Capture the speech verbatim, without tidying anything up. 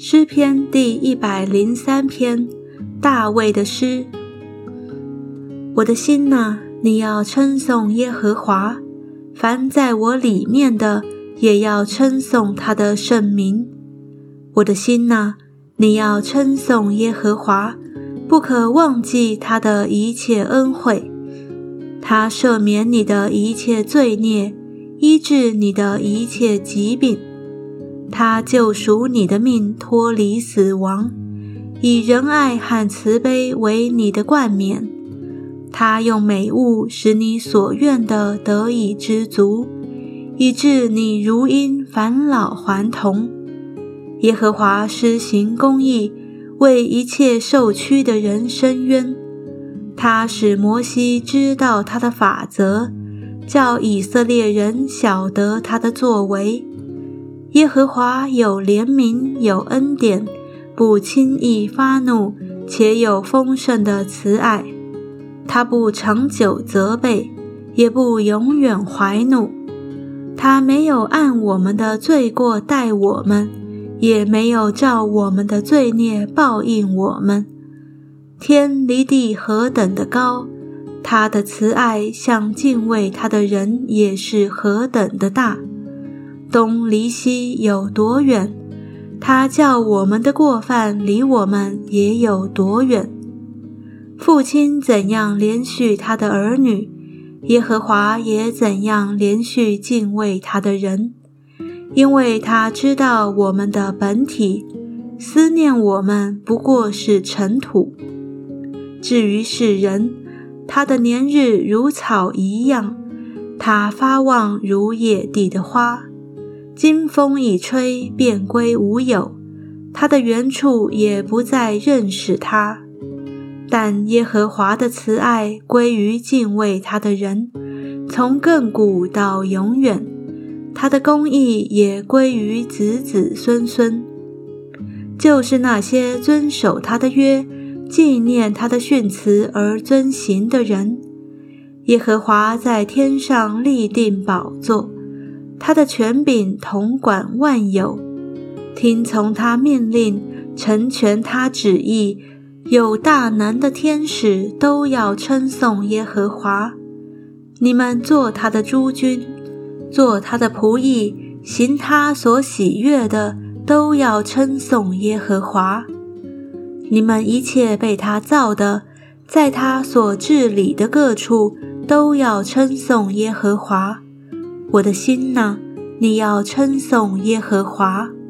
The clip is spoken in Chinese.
诗篇第一百零三篇，大卫的诗。我的心哪，你要称颂耶和华，凡在我里面的，也要称颂他的圣名。我的心哪，你要称颂耶和华，不可忘记他的一切恩惠。他赦免你的一切罪孽，医治你的一切疾病。他救赎你的命脱离死亡，以仁爱和慈悲为你的冠冕。他用美物使你所愿的得以知足，以致你如鹰返老还童。耶和华施行公义，为一切受屈的人伸冤。他使摩西知道他的法则，叫以色列人晓得他的作为。耶和华有怜悯，有恩典，不轻易发怒，且有丰盛的慈爱。他不长久责备，也不永远怀怒。他没有按我们的罪过待我们，也没有照我们的罪孽报应我们。天离地何等的高，他的慈爱向敬畏他的人也是何等的大。东离西有多远，他叫我们的过犯离我们也有多远。父亲怎样连续他的儿女，耶和华也怎样连续敬畏他的人。因为他知道我们的本体，思念我们不过是尘土。至于世人，他的年日如草一样，他发旺如野地的花。经风一吹，便归无有，他的原处也不再认识他。但耶和华的慈爱归于敬畏他的人，从亘古到永远，他的公义也归于子子孙孙。就是那些遵守他的约，纪念他的训词而遵行的人。耶和华在天上立定宝座，他的权柄统管万有。听从他命令，成全他旨意，有大能的天使都要称颂耶和华。你们做他的诸军，做他的仆役，行他所喜悦的，都要称颂耶和华。你们一切被他造的，在他所治理的各处，都要称颂耶和华。我的心哪，你要称颂耶和华。